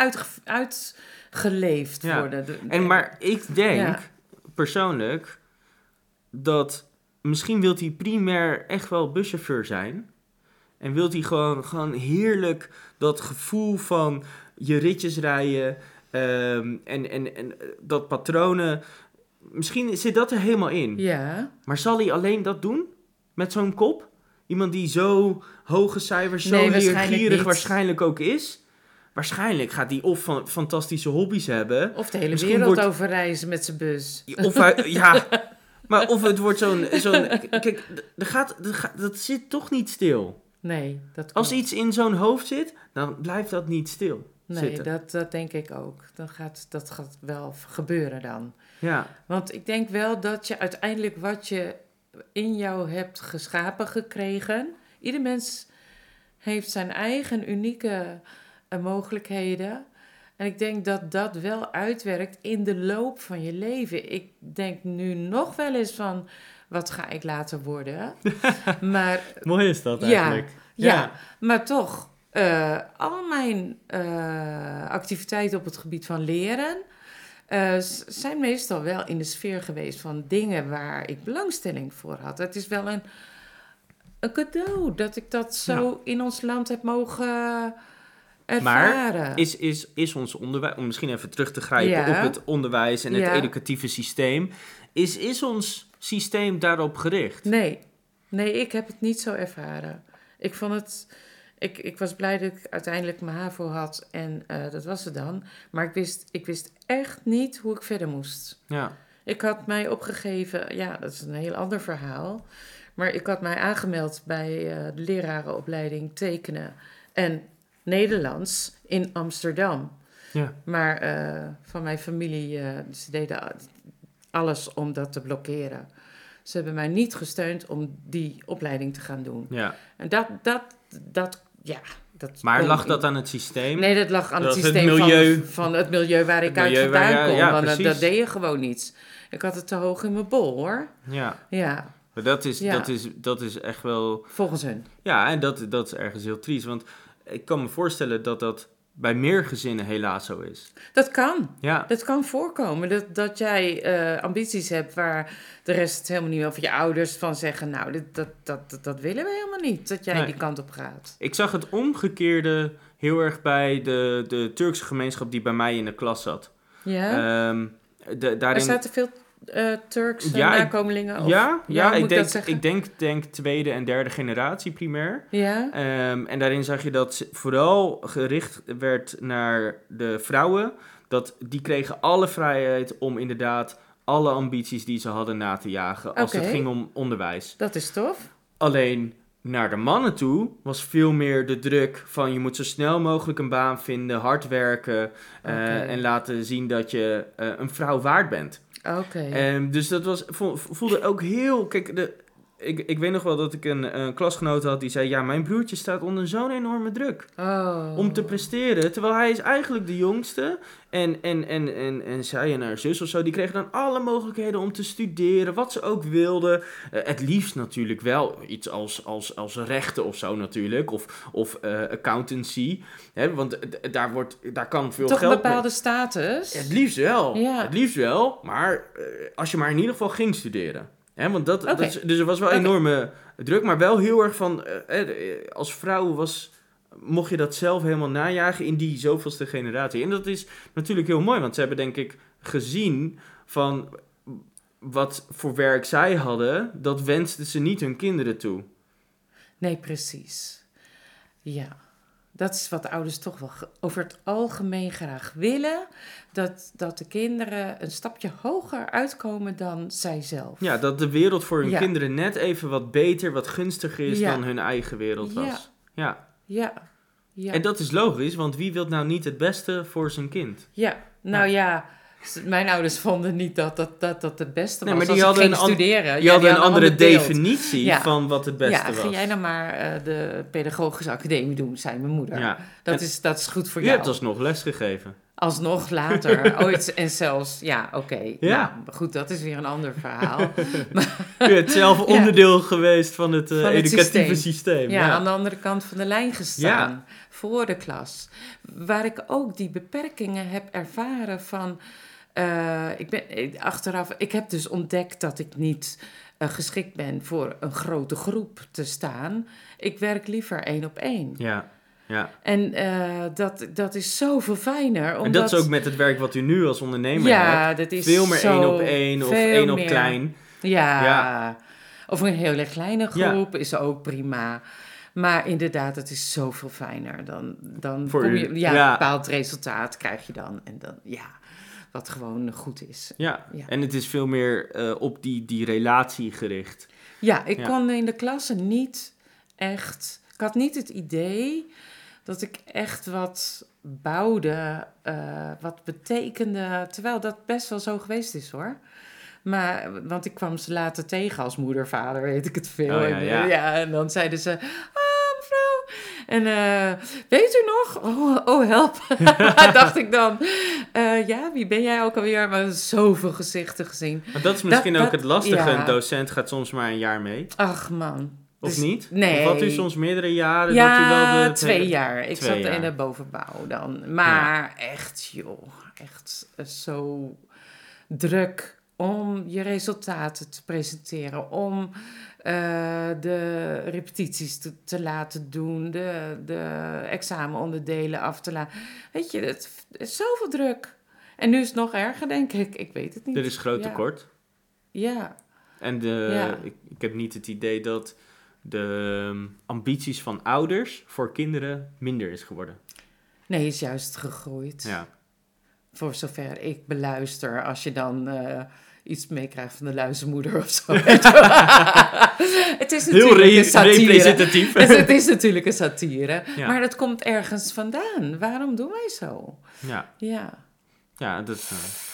Speaker 2: uitgeleefd worden.
Speaker 1: Maar ik denk persoonlijk dat misschien wil hij primair echt wel buschauffeur zijn. En wil hij gewoon heerlijk dat gevoel van je ritjes rijden en dat patronen... Misschien zit dat er helemaal in.
Speaker 2: Ja.
Speaker 1: Maar zal hij alleen dat doen? Met zo'n kop? Iemand die zo hoge cijfers, zo leergierig waarschijnlijk ook is? Waarschijnlijk gaat hij of fantastische hobby's hebben.
Speaker 2: Of de hele wereld overreizen met zijn bus.
Speaker 1: Of maar of het wordt zo'n kijk, dat zit toch niet stil.
Speaker 2: Nee, dat klopt.
Speaker 1: Als iets in zo'n hoofd zit, dan blijft dat niet stil zitten.
Speaker 2: Nee, dat denk ik ook. Dat gaat wel gebeuren dan.
Speaker 1: Ja.
Speaker 2: Want ik denk wel dat je uiteindelijk wat je in jou hebt geschapen gekregen... Ieder mens heeft zijn eigen unieke mogelijkheden. En ik denk dat dat wel uitwerkt in de loop van je leven. Ik denk nu nog wel eens van, wat ga ik later worden? Maar,
Speaker 1: mooi is dat eigenlijk.
Speaker 2: Ja, maar toch, al mijn activiteiten op het gebied van leren... zijn meestal wel in de sfeer geweest van dingen waar ik belangstelling voor had. Het is wel een cadeau dat ik dat zo in ons land heb mogen ervaren.
Speaker 1: Maar is ons onderwijs, om misschien even terug te grijpen op het onderwijs en het educatieve systeem, is ons systeem daarop gericht?
Speaker 2: Nee, ik heb het niet zo ervaren. Ik vond het... Ik was blij dat ik uiteindelijk mijn HAVO had en dat was het dan. Maar ik wist echt niet hoe ik verder moest.
Speaker 1: Ja.
Speaker 2: Ik had mij opgegeven, dat is een heel ander verhaal. Maar ik had mij aangemeld bij de lerarenopleiding tekenen en Nederlands in Amsterdam.
Speaker 1: Ja.
Speaker 2: Maar van mijn familie, ze deden alles om dat te blokkeren. Ze hebben mij niet gesteund om die opleiding te gaan doen. Ja. En dat
Speaker 1: maar lag dat aan het systeem?
Speaker 2: Nee, dat lag aan het systeem van het milieu waar ik uit vandaan kom. Want dat deed je gewoon niet. Ik had het te hoog in mijn bol, hoor. Ja.
Speaker 1: Maar dat is echt wel...
Speaker 2: Volgens hun.
Speaker 1: Ja, en dat is ergens heel triest. Want ik kan me voorstellen dat bij meer gezinnen helaas zo is.
Speaker 2: Dat kan.
Speaker 1: Ja.
Speaker 2: Dat kan voorkomen. Dat jij ambities hebt waar de rest het helemaal niet wil. Of je ouders van zeggen, nou, dat willen we helemaal niet. Dat jij die kant op gaat.
Speaker 1: Ik zag het omgekeerde heel erg bij de Turkse gemeenschap die bij mij in de klas zat.
Speaker 2: Ja?
Speaker 1: Daarin...
Speaker 2: Er zaten veel Turkse
Speaker 1: Ja,
Speaker 2: nakomelingen? Of,
Speaker 1: ja,
Speaker 2: moet dat zeggen?
Speaker 1: ik denk tweede en derde generatie primair.
Speaker 2: Ja?
Speaker 1: En daarin zag je dat vooral gericht werd naar de vrouwen. Dat die kregen alle vrijheid om inderdaad alle ambities die ze hadden na te jagen. Als het
Speaker 2: Oké.
Speaker 1: ging om onderwijs.
Speaker 2: Dat is tof.
Speaker 1: Alleen naar de mannen toe was veel meer de druk van je moet zo snel mogelijk een baan vinden, hard werken en laten zien dat je een vrouw waard bent.
Speaker 2: Oké.
Speaker 1: Dus dat voelde ook heel... Kijk, ik weet nog wel dat ik een klasgenoot had die zei... Ja, mijn broertje staat onder zo'n enorme druk om te presteren. Terwijl hij is eigenlijk de jongste. En zij en haar zus of zo, die kregen dan alle mogelijkheden om te studeren. Wat ze ook wilden. Het liefst natuurlijk wel iets als rechten of zo natuurlijk. Of accountancy. Hè, want daar kan veel
Speaker 2: Toch
Speaker 1: geld
Speaker 2: een bepaalde status?
Speaker 1: Het liefst wel.
Speaker 2: Ja.
Speaker 1: Het liefst wel. Maar als je maar in ieder geval ging studeren. Hè, want dus er was wel
Speaker 2: Oké.
Speaker 1: enorme druk. Maar wel heel erg van... als vrouw mocht je dat zelf helemaal najagen in die zoveelste generatie. En dat is natuurlijk heel mooi. Want ze hebben denk ik gezien van... Wat voor werk zij hadden, dat wensten ze niet hun kinderen toe.
Speaker 2: Nee, precies. Ja. Dat is wat ouders toch wel over het algemeen graag willen. Dat de kinderen een stapje hoger uitkomen dan zijzelf.
Speaker 1: Ja, dat de wereld voor hun
Speaker 2: Ja.
Speaker 1: kinderen net even wat beter, wat gunstiger is
Speaker 2: Ja.
Speaker 1: dan hun eigen wereld was. Ja.
Speaker 2: Ja. Ja.
Speaker 1: En dat is logisch, want wie wil nou niet het beste voor zijn kind?
Speaker 2: Ja. Nou ja. Mijn ouders vonden niet dat het beste was.
Speaker 1: Nee, maar
Speaker 2: als
Speaker 1: die hadden
Speaker 2: ik ging
Speaker 1: een
Speaker 2: studeren.
Speaker 1: Die
Speaker 2: Ja,
Speaker 1: hadden een
Speaker 2: hadden
Speaker 1: andere
Speaker 2: ander beeld.
Speaker 1: definitie
Speaker 2: Ja.
Speaker 1: van wat het beste was.
Speaker 2: Ja, ga jij nou maar de pedagogische academie doen, zei mijn moeder.
Speaker 1: Ja.
Speaker 2: Dat
Speaker 1: En
Speaker 2: is goed voor
Speaker 1: je
Speaker 2: jou.
Speaker 1: hebt alsnog les gegeven.
Speaker 2: Alsnog later, ooit en zelfs, ja, oké.
Speaker 1: Ja.
Speaker 2: Nou, goed, dat is weer een ander verhaal.
Speaker 1: Je bent zelf onderdeel geweest van het
Speaker 2: het
Speaker 1: educatieve systeem.
Speaker 2: Ja, aan de andere kant van de lijn gestaan,
Speaker 1: Ja.
Speaker 2: voor de klas. Waar ik ook die beperkingen heb ervaren van... ik heb dus ontdekt dat ik niet geschikt ben voor een grote groep te staan. Ik werk liever 1 op 1.
Speaker 1: Ja. Ja.
Speaker 2: En dat is zoveel fijner. Omdat...
Speaker 1: En dat is ook met het werk wat u nu als ondernemer hebt.
Speaker 2: Dat is
Speaker 1: veel meer
Speaker 2: zo
Speaker 1: 1 op 1 of
Speaker 2: veel
Speaker 1: 1 op
Speaker 2: meer.
Speaker 1: klein.
Speaker 2: Ja.
Speaker 1: Ja.
Speaker 2: Of een hele kleine groep is ook prima. Maar inderdaad, het is zoveel fijner. Dan
Speaker 1: Voor
Speaker 2: kom
Speaker 1: u.
Speaker 2: je, een bepaald resultaat krijg je dan. En dan, wat gewoon goed is.
Speaker 1: Ja.
Speaker 2: Ja.
Speaker 1: En het is veel meer op die relatie gericht.
Speaker 2: Ja, ik kon in de klasse niet echt... Ik had niet het idee dat ik echt wat bouwde, wat betekende... Terwijl dat best wel zo geweest is, hoor. Maar, want ik kwam ze later tegen als moeder, vader, weet ik het veel.
Speaker 1: Oh, ja.
Speaker 2: En dan zeiden ze... mevrouw... En weet u nog? Oh help. Dacht ik dan. Wie ben jij ook alweer? Maar zoveel gezichten gezien.
Speaker 1: Maar dat is misschien ook het lastige.
Speaker 2: ja.
Speaker 1: Een docent gaat soms maar een jaar mee.
Speaker 2: Ach man.
Speaker 1: Of
Speaker 2: Dus-
Speaker 1: niet?
Speaker 2: Nee.
Speaker 1: Of had u soms meerdere jaren?
Speaker 2: Ja,
Speaker 1: dat u wel de
Speaker 2: 2 jaar. Ik
Speaker 1: 2
Speaker 2: zat
Speaker 1: jaar.
Speaker 2: in de bovenbouw dan. Maar echt, joh. Echt zo druk om je resultaten te presenteren. Om de repetities te laten doen. De examenonderdelen af te laten. Weet je, het is zoveel druk. En nu is het nog erger, denk ik. Ik weet het niet.
Speaker 1: Er is groot
Speaker 2: Ja.
Speaker 1: tekort.
Speaker 2: Ja.
Speaker 1: En
Speaker 2: Ja.
Speaker 1: ik heb niet het idee dat de ambities van ouders voor kinderen minder is geworden.
Speaker 2: Nee, is juist gegroeid.
Speaker 1: Ja.
Speaker 2: Voor zover ik beluister, als je dan iets meekrijgt van de luizenmoeder of zo. Het is
Speaker 1: Heel
Speaker 2: natuurlijk een satire.
Speaker 1: representatief.
Speaker 2: Het is natuurlijk een satire.
Speaker 1: Ja.
Speaker 2: Maar dat komt ergens vandaan. Waarom doen wij zo?
Speaker 1: Ja.
Speaker 2: Ja.
Speaker 1: Ja, dat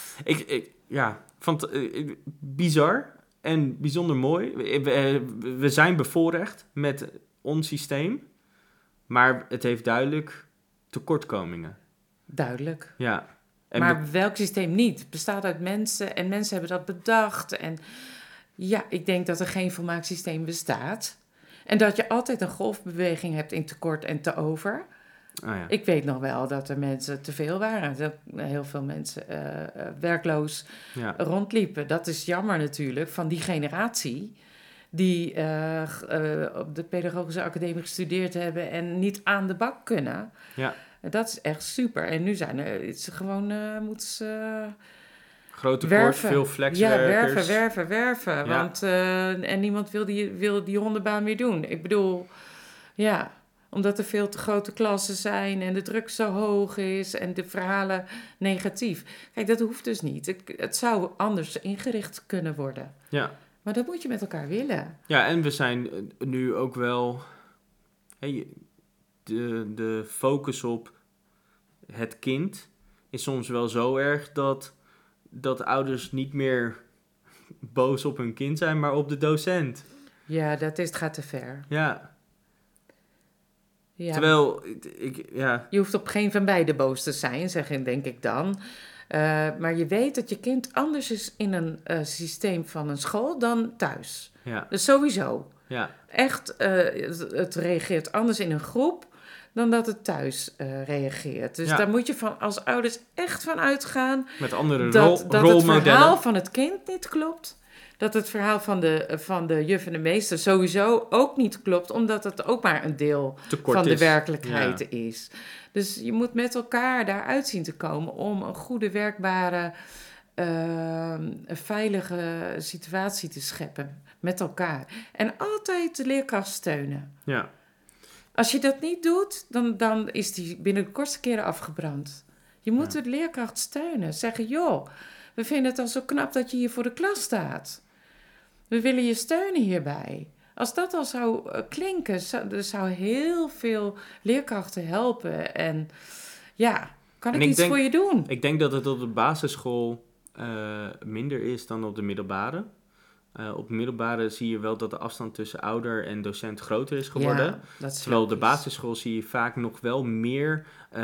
Speaker 1: vond bizar en bijzonder mooi. We zijn bevoorrecht met ons systeem, maar het heeft duidelijk tekortkomingen.
Speaker 2: Duidelijk.
Speaker 1: Ja. En
Speaker 2: Maar welk systeem niet? Het bestaat uit mensen en mensen hebben dat bedacht. En ja, ik denk dat er geen volmaakt systeem bestaat. En dat je altijd een golfbeweging hebt in tekort en te over. Ik weet nog wel dat er mensen te veel waren. Dat heel veel mensen werkloos rondliepen. Dat is jammer natuurlijk van die generatie die op de pedagogische academie gestudeerd hebben en niet aan de bak kunnen.
Speaker 1: Ja.
Speaker 2: Dat is echt super. En nu moeten ze
Speaker 1: Grote
Speaker 2: werven.
Speaker 1: kort, veel flexwerkers.
Speaker 2: Ja, werven.
Speaker 1: Ja.
Speaker 2: Want, en niemand wil die hondenbaan meer doen. Ik bedoel, ja, omdat er veel te grote klassen zijn en de druk zo hoog is en de verhalen negatief. Kijk, dat hoeft dus niet. Het zou anders ingericht kunnen worden.
Speaker 1: Ja.
Speaker 2: Maar dat moet je met elkaar willen.
Speaker 1: Ja, en we zijn nu ook wel... de focus op het kind is soms wel zo erg dat ouders niet meer boos op hun kind zijn, maar op de docent.
Speaker 2: Ja, het gaat te ver.
Speaker 1: Ja.
Speaker 2: Ja.
Speaker 1: Terwijl,
Speaker 2: Je hoeft op geen van beide boos te zijn, denk ik dan. Maar je weet dat je kind anders is in een systeem van een school dan thuis.
Speaker 1: Ja.
Speaker 2: Dus sowieso.
Speaker 1: Ja.
Speaker 2: Echt, het reageert anders in een groep dan dat het thuis reageert. Dus daar moet je als ouders echt van uitgaan...
Speaker 1: Met andere
Speaker 2: dat
Speaker 1: rolmodellen.
Speaker 2: Het verhaal van het kind niet klopt. Dat het verhaal van de juf en de meester sowieso ook niet klopt... omdat het ook maar een deel van de werkelijkheid is. Dus je moet met elkaar daaruit zien te komen... om een goede, werkbare, veilige situatie te scheppen. Met elkaar. En altijd de leerkracht steunen.
Speaker 1: Ja.
Speaker 2: Als je dat niet doet, dan is die binnen de kortste keren afgebrand. Je moet de leerkracht steunen. Zeggen, joh, we vinden het al zo knap dat je hier voor de klas staat. We willen je steunen hierbij. Als dat al zou klinken, zou heel veel leerkrachten helpen. En ja, kan ik iets voor je doen?
Speaker 1: Ik denk dat het op de basisschool minder is dan op de middelbare. Op de middelbare zie je wel dat de afstand tussen ouder en docent groter is geworden.
Speaker 2: Ja, dat is
Speaker 1: terwijl op de basisschool zie je vaak nog wel meer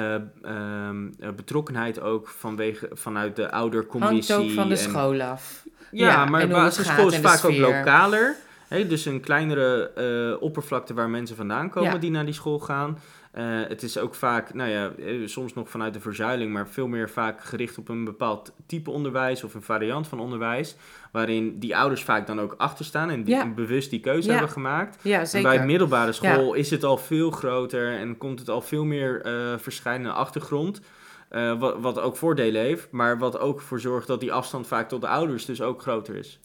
Speaker 1: betrokkenheid ook vanuit de oudercommissie.
Speaker 2: Hangt ook van de school af.
Speaker 1: Ja, maar de basisschool is vaak ook lokaler. Dus een kleinere oppervlakte waar mensen vandaan komen die naar die school gaan. Het is ook vaak, soms nog vanuit de verzuiling, maar veel meer vaak gericht op een bepaald type onderwijs of een variant van onderwijs, waarin die ouders vaak dan ook achter staan en bewust die keuze hebben gemaakt.
Speaker 2: Ja, zeker.
Speaker 1: En bij de middelbare school is het al veel groter en komt het al veel meer verschijnen achtergrond. Wat ook voordelen heeft, maar wat ook voor zorgt dat die afstand vaak tot de ouders dus ook groter is.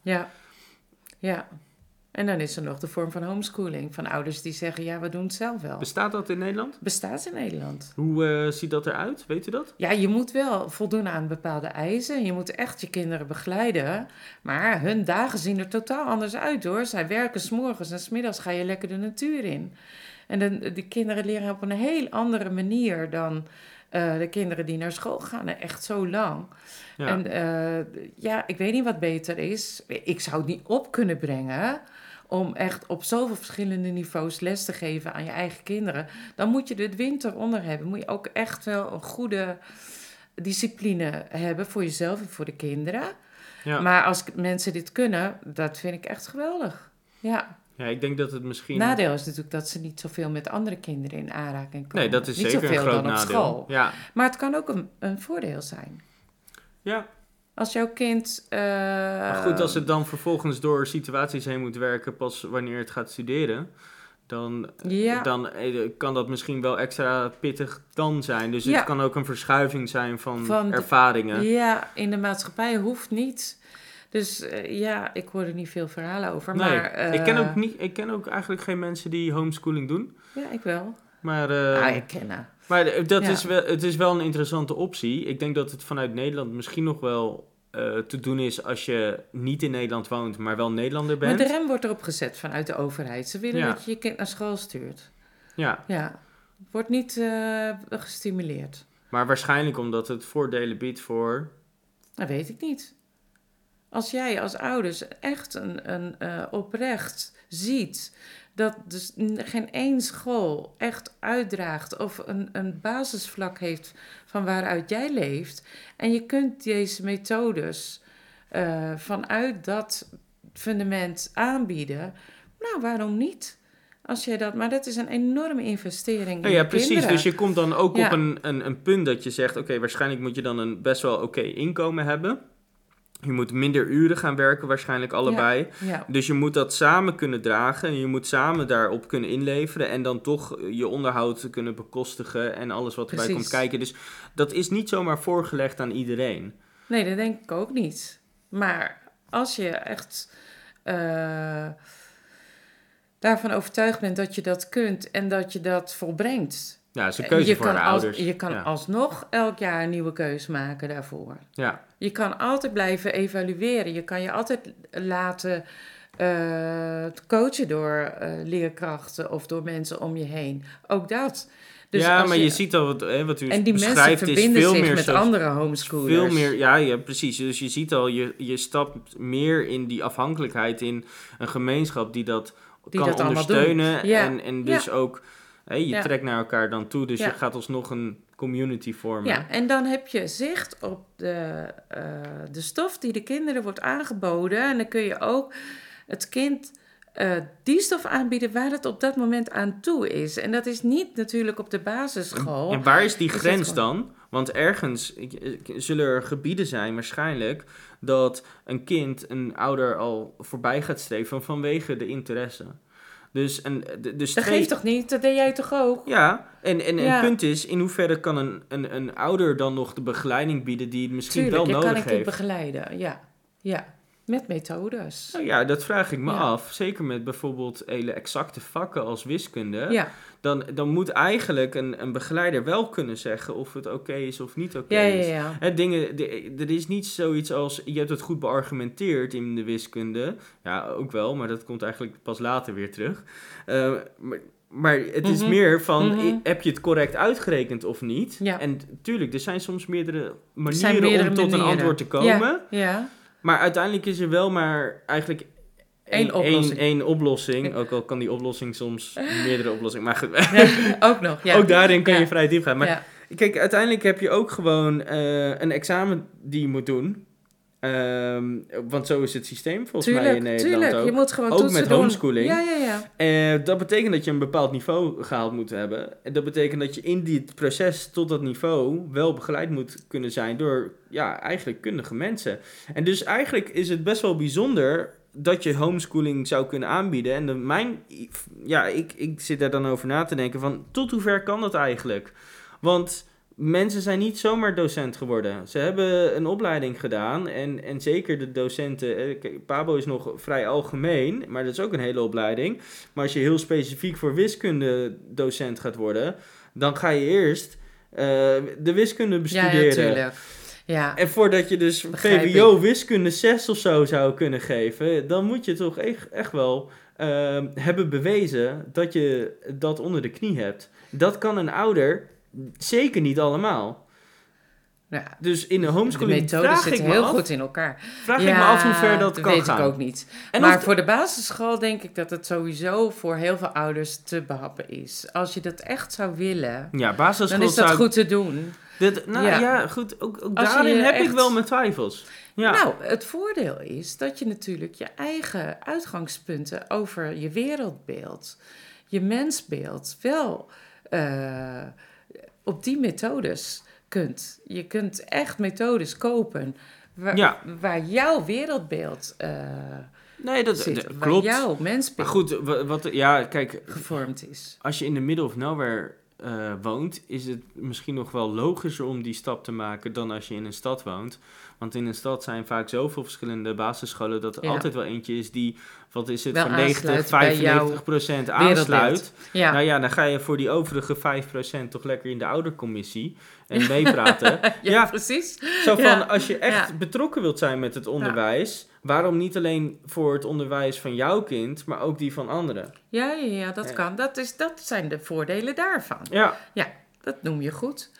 Speaker 2: Ja. En dan is er nog de vorm van homeschooling. Van ouders die zeggen, ja, we doen het zelf wel.
Speaker 1: Bestaat dat in Nederland?
Speaker 2: Bestaat in Nederland.
Speaker 1: Hoe ziet dat eruit? Weet u dat?
Speaker 2: Ja, je moet wel voldoen aan bepaalde eisen. Je moet echt je kinderen begeleiden. Maar hun dagen zien er totaal anders uit, hoor. Zij werken 's morgens en 's middags ga je lekker de natuur in. En de kinderen leren op een heel andere manier dan de kinderen die naar school gaan. Echt zo lang. Ja. En ik weet niet wat beter is. Ik zou het niet op kunnen brengen om echt op zoveel verschillende niveaus les te geven aan je eigen kinderen. Dan moet je de wind eronder hebben. Moet je ook echt wel een goede discipline hebben voor jezelf en voor de kinderen. Ja. Maar als mensen dit kunnen, dat vind ik echt geweldig. Ja.
Speaker 1: Ja, ik denk dat het misschien...
Speaker 2: Nadeel is natuurlijk dat ze niet zoveel met andere kinderen in aanraking komen.
Speaker 1: Nee, dat is
Speaker 2: niet
Speaker 1: zeker een groot
Speaker 2: dan op
Speaker 1: nadeel.
Speaker 2: School.
Speaker 1: Ja.
Speaker 2: Maar het kan ook een voordeel zijn.
Speaker 1: Ja.
Speaker 2: Als jouw kind...
Speaker 1: Maar goed, als het dan vervolgens door situaties heen moet werken, pas wanneer het gaat studeren, dan kan dat misschien wel extra pittig dan zijn. Dus het kan ook een verschuiving zijn van ervaringen.
Speaker 2: Ja, in de maatschappij hoeft niet. Dus ik hoor er niet veel verhalen over.
Speaker 1: Nee,
Speaker 2: maar,
Speaker 1: ik ken ook eigenlijk geen mensen die homeschooling doen.
Speaker 2: Ja, ik wel.
Speaker 1: Maar,
Speaker 2: ik ken haar.
Speaker 1: Maar het is wel een interessante optie. Ik denk dat het vanuit Nederland misschien nog wel te doen is als je niet in Nederland woont, maar wel Nederlander bent.
Speaker 2: Maar de rem wordt erop gezet vanuit de overheid. Ze willen dat je je kind naar school stuurt. Ja. Wordt niet gestimuleerd.
Speaker 1: Maar waarschijnlijk omdat het voordelen biedt voor...
Speaker 2: Dat weet ik niet. Als jij als ouders echt een oprecht ziet dat dus geen één school echt uitdraagt of een basisvlak heeft van waaruit jij leeft. En je kunt deze methodes vanuit dat fundament aanbieden. Nou, waarom niet? Als jij dat, maar dat is een enorme investering in
Speaker 1: precies.
Speaker 2: kinderen.
Speaker 1: Dus je komt dan ook op een punt dat je zegt, oké, waarschijnlijk moet je dan een best wel oké inkomen hebben. Je moet minder uren gaan werken, waarschijnlijk allebei.
Speaker 2: Ja.
Speaker 1: Dus je moet dat samen kunnen dragen. En je moet samen daarop kunnen inleveren. En dan toch je onderhoud kunnen bekostigen. En alles wat erbij komt kijken. Dus dat is niet zomaar voorgelegd aan iedereen.
Speaker 2: Nee, dat denk ik ook niet. Maar als je echt daarvan overtuigd bent dat je dat kunt en dat je dat volbrengt.
Speaker 1: Ja, dat is een keuze voor de ouders.
Speaker 2: Je kan alsnog elk jaar een nieuwe keus maken daarvoor.
Speaker 1: Ja.
Speaker 2: Je kan altijd blijven evalueren. Je kan je altijd laten coachen door leerkrachten of door mensen om je heen. Ook dat. Dus
Speaker 1: ja, maar je ziet al wat u
Speaker 2: en die
Speaker 1: beschrijft
Speaker 2: mensen
Speaker 1: is
Speaker 2: verbinden
Speaker 1: veel
Speaker 2: zich
Speaker 1: meer
Speaker 2: met andere homeschoolers.
Speaker 1: Veel meer, ja, precies. Dus je ziet al, je stapt meer in die afhankelijkheid in een gemeenschap die dat kan ondersteunen. En dus ook, je trekt naar elkaar dan toe. Dus je gaat alsnog een community vormen.
Speaker 2: Ja, en dan heb je zicht op de stof die de kinderen wordt aangeboden. En dan kun je ook het kind die stof aanbieden waar het op dat moment aan toe is. En dat is niet natuurlijk op de basisschool.
Speaker 1: En waar is die grens dan? Want ergens zullen er gebieden zijn waarschijnlijk dat een kind een ouder al voorbij gaat streven vanwege de interesse. Dus
Speaker 2: dat geeft toch niet? Dat deed jij toch ook?
Speaker 1: Ja, en het punt is, in hoeverre kan een ouder dan nog de begeleiding bieden die het misschien wel nodig heeft?
Speaker 2: Tuurlijk, kan ik het begeleiden, ja. Met methodes.
Speaker 1: Nou ja, dat vraag ik me af. Zeker met bijvoorbeeld hele exacte vakken als wiskunde.
Speaker 2: Ja.
Speaker 1: Dan moet eigenlijk een begeleider wel kunnen zeggen of het oké is of niet oké is.
Speaker 2: Ja.
Speaker 1: Er is niet zoiets als, je hebt het goed beargumenteerd in de wiskunde. Ja, ook wel, maar dat komt eigenlijk pas later weer terug. Maar het is meer van, heb je het correct uitgerekend of niet?
Speaker 2: Ja.
Speaker 1: En tuurlijk, er zijn soms meerdere manieren om tot een antwoord te komen.
Speaker 2: Ja.
Speaker 1: Maar uiteindelijk is er wel maar eigenlijk één oplossing. Ook al kan die oplossing soms meerdere oplossingen. Maar goed.
Speaker 2: Ook nog, ja.
Speaker 1: Ook daarin kan je vrij diep gaan. Maar kijk, uiteindelijk heb je ook gewoon een examen die je moet doen. Want zo is het systeem volgens mij in Nederland ook.
Speaker 2: Je moet gewoon
Speaker 1: ook met homeschooling.
Speaker 2: Ja.
Speaker 1: Dat betekent dat je een bepaald niveau gehaald moet hebben. En dat betekent dat je in dit proces tot dat niveau wel begeleid moet kunnen zijn door eigenlijk kundige mensen. En dus eigenlijk is het best wel bijzonder dat je homeschooling zou kunnen aanbieden. En ik zit daar dan over na te denken van tot hoe ver kan dat eigenlijk? Want mensen zijn niet zomaar docent geworden. Ze hebben een opleiding gedaan en zeker de docenten... PABO is nog vrij algemeen, maar dat is ook een hele opleiding. Maar als je heel specifiek voor wiskunde docent gaat worden, dan ga je eerst de wiskunde bestuderen.
Speaker 2: Ja, tuurlijk. Ja.
Speaker 1: En voordat je dus VWO wiskunde 6 of zo zou kunnen geven, dan moet je toch echt wel hebben bewezen dat je dat onder de knie hebt. Dat kan een ouder zeker niet allemaal.
Speaker 2: Ja,
Speaker 1: dus in de homeschooling
Speaker 2: de methodes zitten heel goed in elkaar.
Speaker 1: Vraag ik me af hoe ver dat kan gaan.
Speaker 2: Dat weet ik ook niet. Maar voor de basisschool denk ik dat het sowieso voor heel veel ouders te behappen is. Als je dat echt zou willen, dan is dat goed te doen.
Speaker 1: Goed. Ook daarin heb ik wel mijn twijfels. Ja.
Speaker 2: Nou, het voordeel is dat je natuurlijk je eigen uitgangspunten over je wereldbeeld, je mensbeeld, wel op die methodes kunt. Je kunt echt methodes kopen waar jouw wereldbeeld zit,
Speaker 1: klopt.
Speaker 2: waar jouw mensbeeld
Speaker 1: kijk,
Speaker 2: gevormd is.
Speaker 1: Als je in de middle of nowhere woont, is het misschien nog wel logischer om die stap te maken dan als je in een stad woont. Want in een stad zijn vaak zoveel verschillende basisscholen dat er altijd wel eentje is die, wat is het,
Speaker 2: wel
Speaker 1: van 95% aansluit.
Speaker 2: Ja.
Speaker 1: Nou ja, dan ga je voor die overige 5% toch lekker in de oudercommissie en meepraten.
Speaker 2: Ja, precies.
Speaker 1: Zo van, als je echt betrokken wilt zijn met het onderwijs, waarom niet alleen voor het onderwijs van jouw kind, maar ook die van anderen?
Speaker 2: Ja, dat kan. Dat zijn de voordelen daarvan.
Speaker 1: Ja,
Speaker 2: dat noem je goed.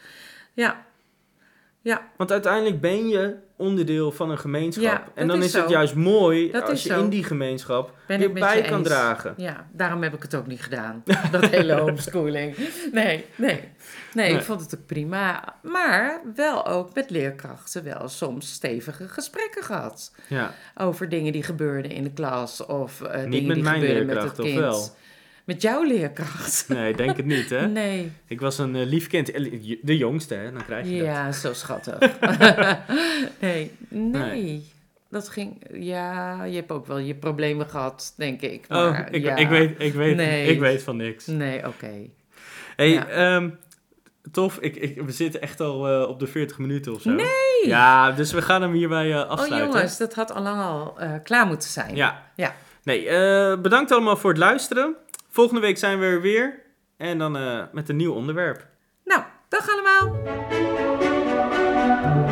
Speaker 2: Ja.
Speaker 1: Want uiteindelijk ben je onderdeel van een gemeenschap.
Speaker 2: Ja,
Speaker 1: en dan is het juist mooi
Speaker 2: dat
Speaker 1: als je
Speaker 2: zo.
Speaker 1: in die gemeenschap weer bij kan dragen.
Speaker 2: Ja, daarom heb ik het ook niet gedaan. Dat hele homeschooling. Nee, ik vond het ook prima. Maar wel ook met leerkrachten wel soms stevige gesprekken gehad.
Speaker 1: Ja.
Speaker 2: Over dingen die gebeurden in de klas of
Speaker 1: niet
Speaker 2: dingen
Speaker 1: met
Speaker 2: die
Speaker 1: mijn
Speaker 2: gebeurden
Speaker 1: leerkracht,
Speaker 2: met het kind.
Speaker 1: of wel?
Speaker 2: Met jouw leerkracht?
Speaker 1: Nee, denk het niet, hè?
Speaker 2: Nee.
Speaker 1: Ik was een lief kind. De jongste, hè? Dan krijg je dat.
Speaker 2: Ja, zo schattig. Nee. Dat ging... Ja, je hebt ook wel je problemen gehad, denk ik. Maar,
Speaker 1: ik weet van niks.
Speaker 2: Nee, oké.
Speaker 1: Hey,
Speaker 2: Ja.
Speaker 1: tof. We zitten echt al op de 40 minuten of zo.
Speaker 2: Nee!
Speaker 1: Ja, dus we gaan hem hierbij afsluiten.
Speaker 2: Oh jongens, dat had al lang al klaar moeten zijn.
Speaker 1: Ja. Nee, bedankt allemaal voor het luisteren. Volgende week zijn we er weer. En dan met een nieuw onderwerp.
Speaker 2: Nou, dag allemaal!